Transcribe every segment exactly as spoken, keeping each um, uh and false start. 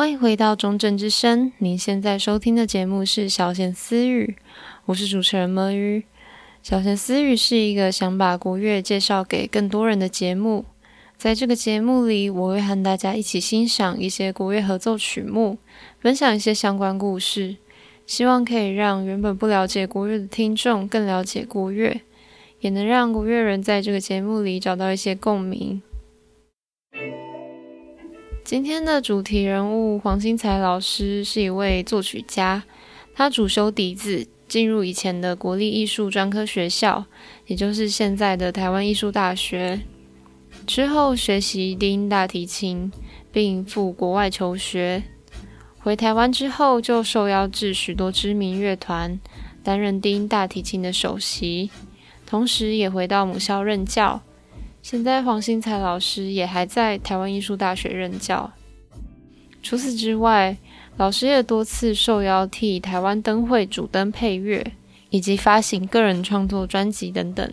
欢迎回到中正之声，您现在收听的节目是小弦私语，我是主持人魔鱼。小弦私语是一个想把国乐介绍给更多人的节目，在这个节目里，我会和大家一起欣赏一些国乐合奏曲目，分享一些相关故事，希望可以让原本不了解国乐的听众更了解国乐，也能让国乐人在这个节目里找到一些共鸣。今天的主题人物黄兴才老师是一位作曲家，他主修笛子，进入以前的国立艺术专科学校，也就是现在的台湾艺术大学。之后学习低音大提琴，并赴国外求学。回台湾之后，就受邀至许多知名乐团，担任低音大提琴的首席，同时也回到母校任教。现在黄兴才老师也还在台湾艺术大学任教。除此之外，老师也多次受邀替台湾灯会主灯配乐，以及发行个人创作专辑等等。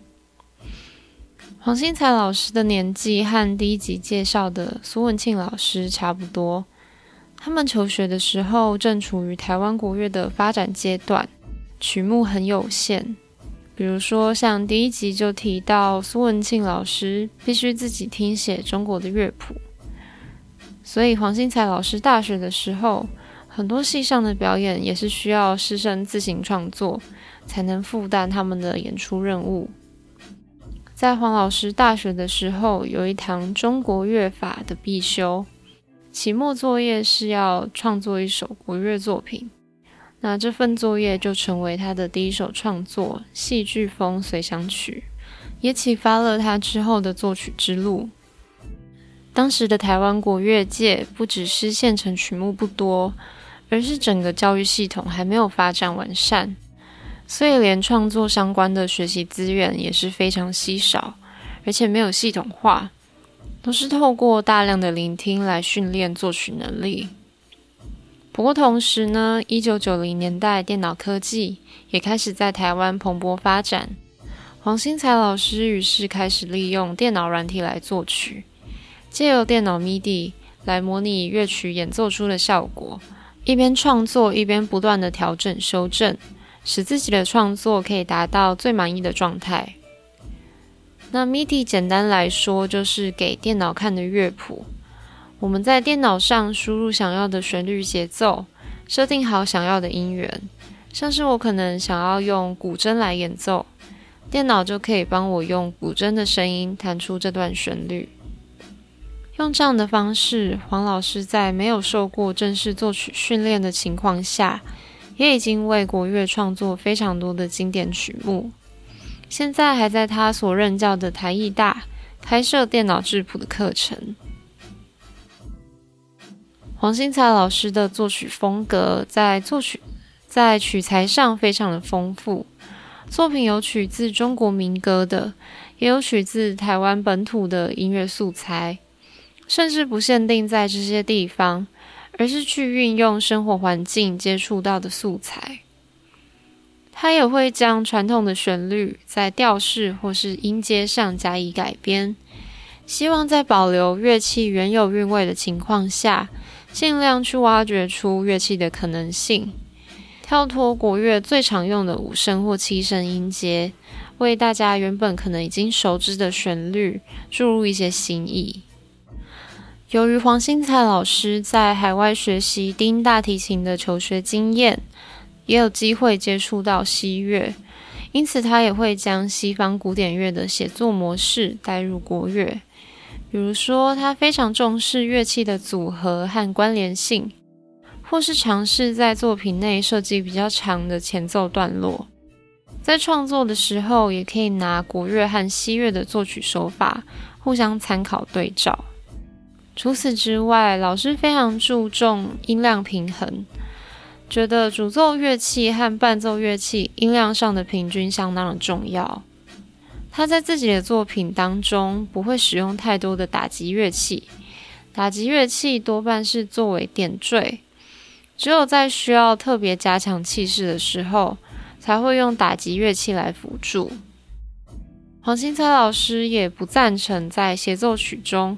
黄兴才老师的年纪和第一集介绍的苏文庆老师差不多，他们求学的时候正处于台湾国乐的发展阶段，曲目很有限。比如说像第一集就提到苏文庆老师必须自己听写中国的乐谱，所以黄兴才老师大学的时候，很多戏上的表演也是需要师生自行创作，才能负担他们的演出任务。在黄老师大学的时候，有一堂中国乐法的必修，期末作业是要创作一首国乐作品。那这份作业就成为他的第一首创作《戏剧风随想曲》，也启发了他之后的作曲之路。当时的台湾国乐界不只是现成曲目不多，而是整个教育系统还没有发展完善，所以连创作相关的学习资源也是非常稀少，而且没有系统化，都是透过大量的聆听来训练作曲能力。不过同时呢，一九九零年代电脑科技也开始在台湾蓬勃发展，黄兴才老师于是开始利用电脑软体来作曲，借由电脑 M I D I 来模拟乐曲演奏出的效果，一边创作一边不断的调整修正，使自己的创作可以达到最满意的状态。那 M I D I 简单来说就是给电脑看的乐谱，我们在电脑上输入想要的旋律节奏，设定好想要的音源，像是我可能想要用古筝来演奏，电脑就可以帮我用古筝的声音弹出这段旋律。用这样的方式，黄老师在没有受过正式作曲训练的情况下，也已经为国乐创作非常多的经典曲目。现在还在他所任教的台艺大开设电脑质谱的课程。黄兴才老师的作曲风格在作曲在曲材上非常的丰富，作品有取自中国民歌的，也有取自台湾本土的音乐素材，甚至不限定在这些地方，而是去运用生活环境接触到的素材。他也会将传统的旋律在调式或是音阶上加以改编，希望在保留乐器原有韵味的情况下，尽量去挖掘出乐器的可能性，跳脱国乐最常用的五声或七声音阶，为大家原本可能已经熟知的旋律注入一些新意。由于黄兴才老师在海外学习低音大提琴的求学经验，也有机会接触到西乐，因此他也会将西方古典乐的写作模式带入国乐。比如说，他非常重视乐器的组合和关联性，或是尝试在作品内设计比较长的前奏段落。在创作的时候，也可以拿国乐和西乐的作曲手法互相参考对照。除此之外，老师非常注重音量平衡，觉得主奏乐器和伴奏乐器音量上的平均相当的重要。他在自己的作品当中不会使用太多的打击乐器，打击乐器多半是作为点缀，只有在需要特别加强气势的时候，才会用打击乐器来辅助。黄兴才老师也不赞成在协奏曲中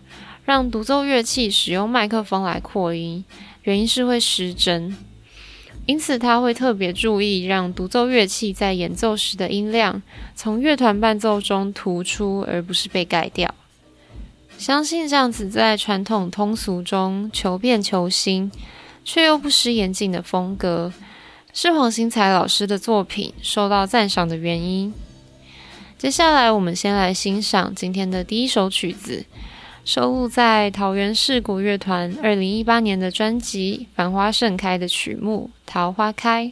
让独奏乐器使用麦克风来扩音，原因是会失真。因此他会特别注意让独奏乐器在演奏时的音量从乐团伴奏中突出，而不是被盖掉。相信这样子在传统通俗中求变求新却又不失严谨的风格，是黄兴才老师的作品受到赞赏的原因。接下来我们先来欣赏今天的第一首曲子，收录在桃园市国乐团二零一八年的专辑《繁花盛开》的曲目《桃花开》。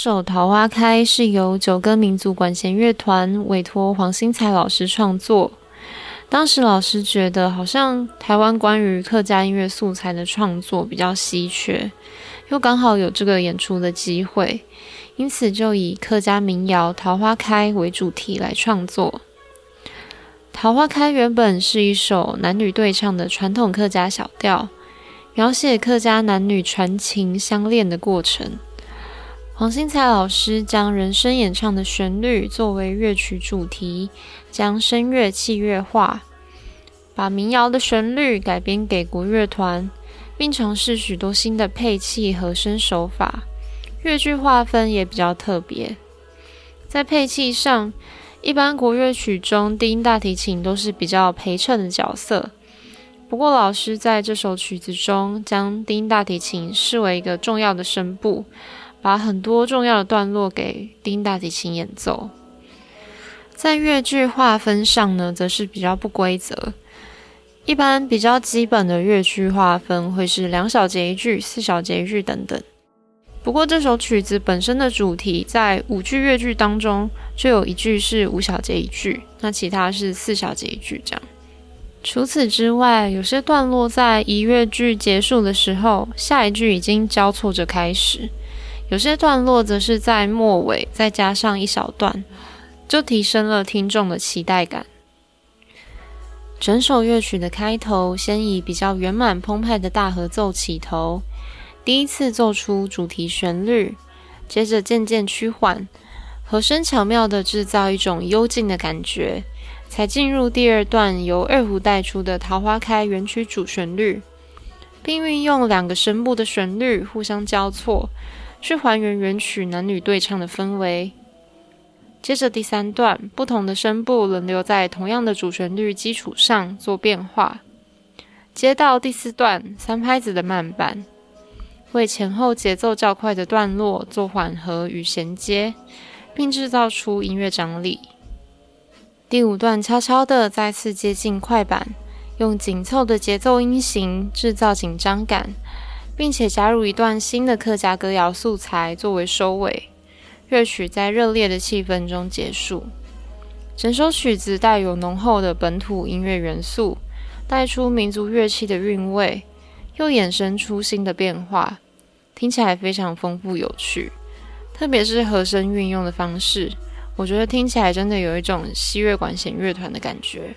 首《桃花开》是由九歌民族管弦乐团委托黄兴才老师创作。当时老师觉得好像台湾关于客家音乐素材的创作比较稀缺，又刚好有这个演出的机会，因此就以客家民谣《桃花开》为主题来创作。《桃花开》原本是一首男女对唱的传统客家小调，描写客家男女传情相恋的过程。黄兴才老师将人声演唱的旋律作为乐曲主题，将声乐器乐化，把民谣的旋律改编给国乐团，并尝试许多新的配器和声手法。乐句划分也比较特别，在配器上，一般国乐曲中低音大提琴都是比较陪衬的角色，不过老师在这首曲子中将低音大提琴视为一个重要的声部，把很多重要的段落给低音大提琴演奏。在乐句划分上呢，则是比较不规则。一般比较基本的乐句划分会是两小节一句、四小节一句等等。不过这首曲子本身的主题在五句乐句当中，就有一句是五小节一句，那其他是四小节一句这样。除此之外，有些段落在一乐句结束的时候，下一句已经交错着开始。有些段落则是在末尾再加上一小段，就提升了听众的期待感。整首乐曲的开头先以比较圆满澎湃的大合奏起头，第一次奏出主题旋律，接着渐渐趋缓，和声巧妙地制造一种幽静的感觉，才进入第二段由二胡带出的《桃花开》原曲主旋律，并运用两个声部的旋律互相交错，去还原原曲男女对唱的氛围。接着第三段，不同的声部轮流在同样的主旋律基础上做变化。接到第四段，三拍子的慢板，为前后节奏较快的段落做缓和与衔接，并制造出音乐张力。第五段悄悄地再次接近快板，用紧凑的节奏音型制造紧张感，并且加入一段新的客家歌谣素材作为收尾，乐曲在热烈的气氛中结束。整首曲子带有浓厚的本土音乐元素，带出民族乐器的韵味，又衍生出新的变化，听起来非常丰富有趣。特别是和声运用的方式，我觉得听起来真的有一种西乐管弦乐团的感觉。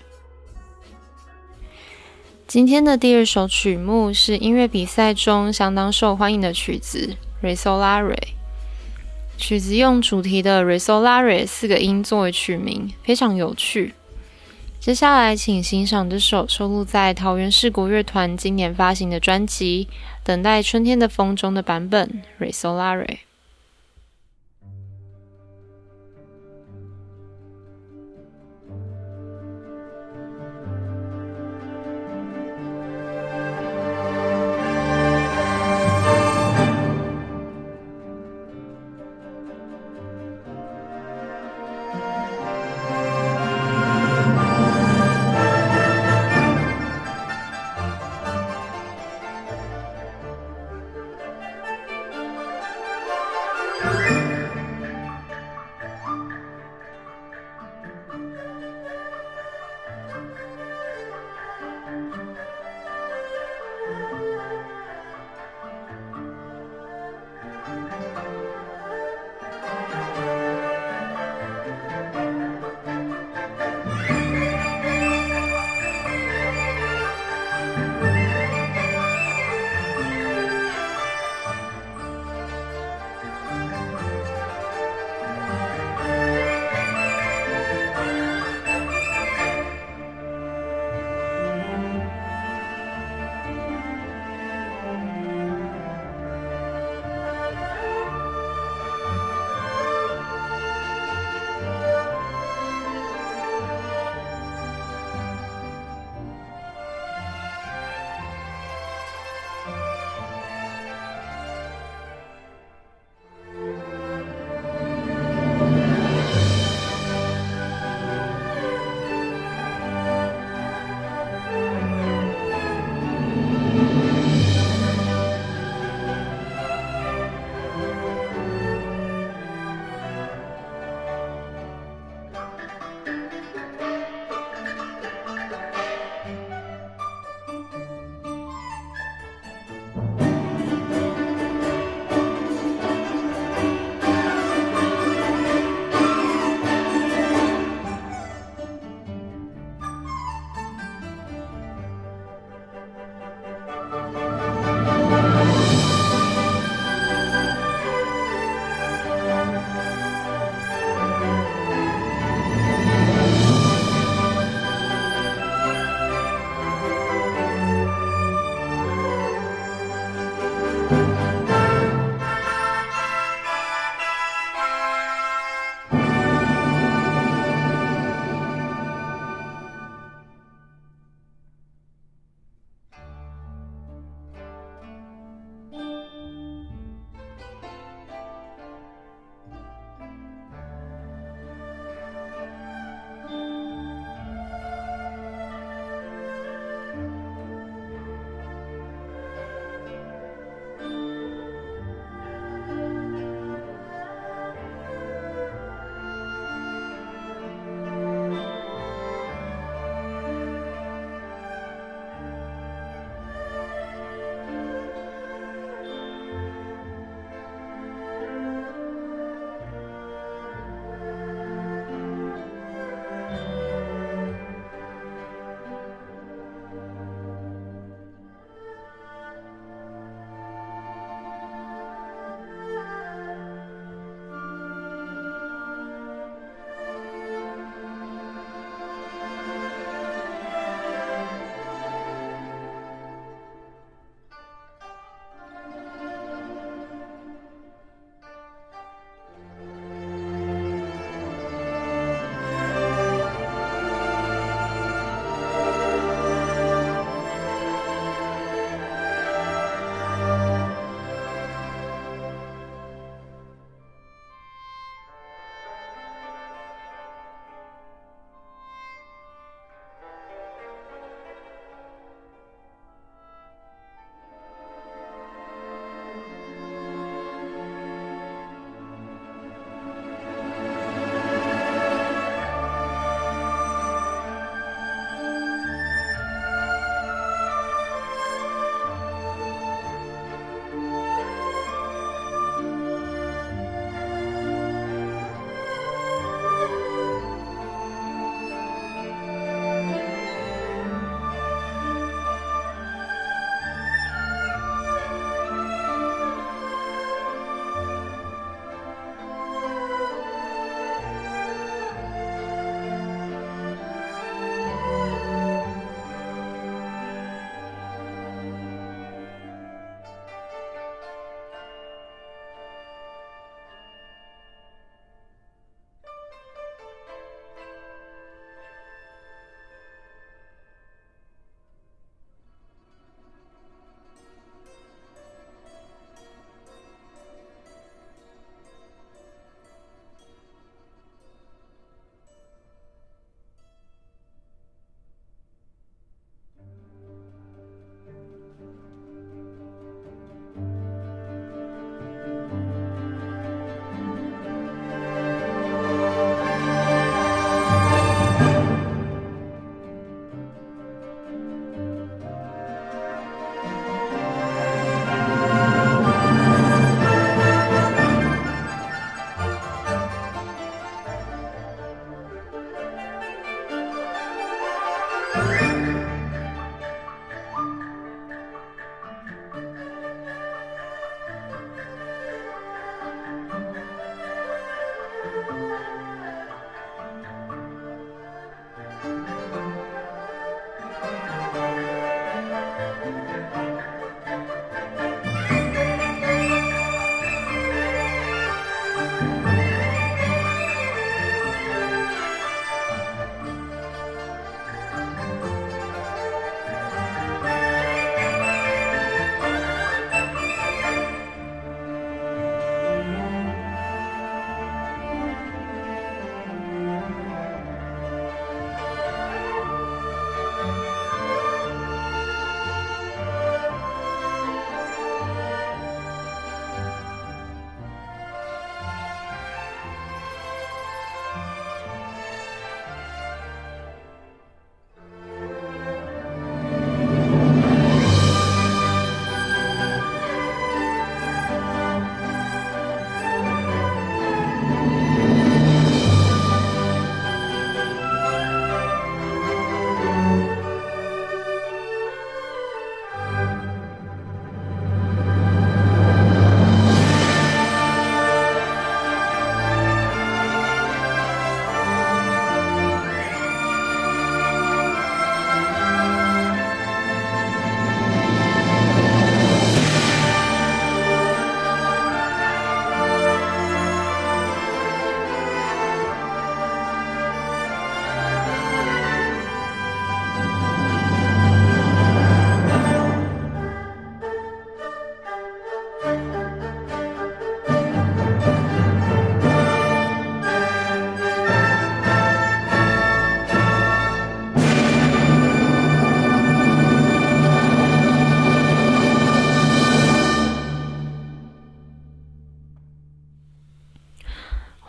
今天的第二首曲目是音乐比赛中相当受欢迎的曲子 Resolare。 曲子用主题的 Resolare 四个音作为曲名，非常有趣。接下来请欣赏这首收录在桃园市国乐团今年发行的专辑《等待春天的风》中的版本 Resolare。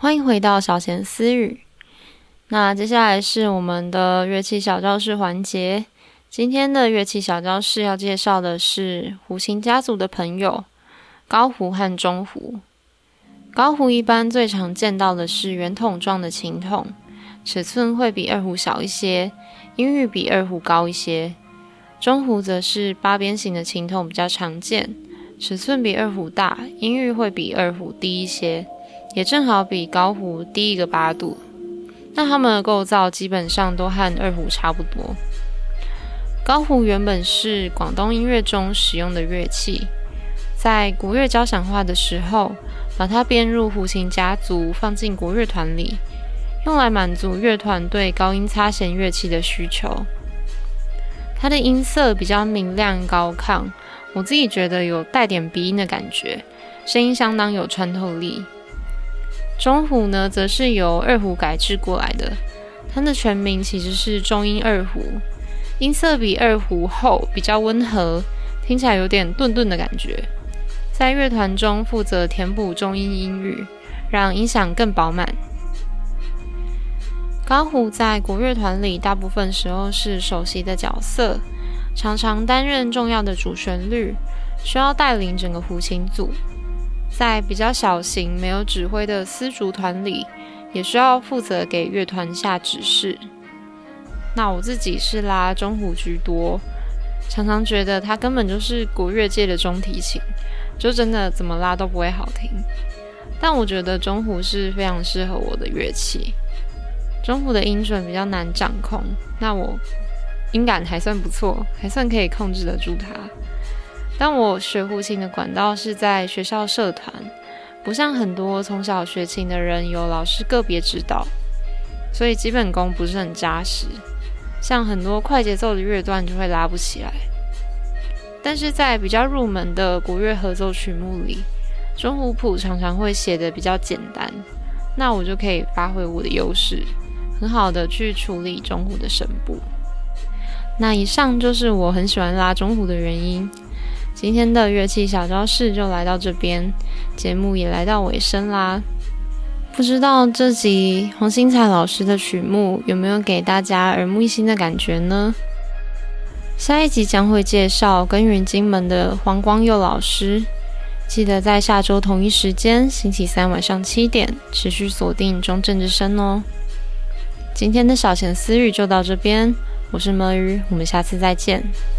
欢迎回到小弦私语。那接下来是我们的乐器小教室环节。今天的乐器小教室要介绍的是胡琴家族的朋友高胡和中胡。高胡一般最常见到的是圆筒状的琴筒，尺寸会比二胡小一些，音域比二胡高一些。中胡则是八边形的琴筒比较常见，尺寸比二胡大，音域会比二胡低一些，也正好比高胡低一个八度。那它们的构造基本上都和二胡差不多。高胡原本是广东音乐中使用的乐器，在国乐交响化的时候，把它编入胡琴家族，放进国乐团里，用来满足乐团对高音擦弦乐器的需求。它的音色比较明亮高亢，我自己觉得有带点鼻音的感觉，声音相当有穿透力。中胡呢，则是由二胡改制过来的，它的全名其实是中音二胡，音色比二胡厚，比较温和，听起来有点顿顿的感觉。在乐团中负责填补中音音域，让音响更饱满。高胡在国乐团里大部分时候是首席的角色，常常担任重要的主旋律，需要带领整个胡琴组。在比较小型没有指挥的丝竹团里，也需要负责给乐团下指示。那我自己是拉中胡居多，常常觉得它根本就是国乐界的中提琴，就真的怎么拉都不会好听。但我觉得中胡是非常适合我的乐器。中胡的音准比较难掌控，那我音感还算不错，还算可以控制得住它。但我学胡琴的管道是在学校社团，不像很多从小学琴的人有老师个别指导，所以基本功不是很扎实，像很多快节奏的乐段就会拉不起来。但是在比较入门的国乐合奏曲目里，中胡谱常常会写得比较简单，那我就可以发挥我的优势，很好的去处理中胡的声部。那以上就是我很喜欢拉中胡的原因。今天的乐器小教室就来到这边，节目也来到尾声啦。不知道这集黄新彩老师的曲目有没有给大家耳目一新的感觉呢？下一集将会介绍耕耘金门的黄光佑老师，记得在下周同一时间，星期三晚上七点，持续锁定中正之声哦。今天的小弦私语就到这边，我是魔鱼，我们下次再见。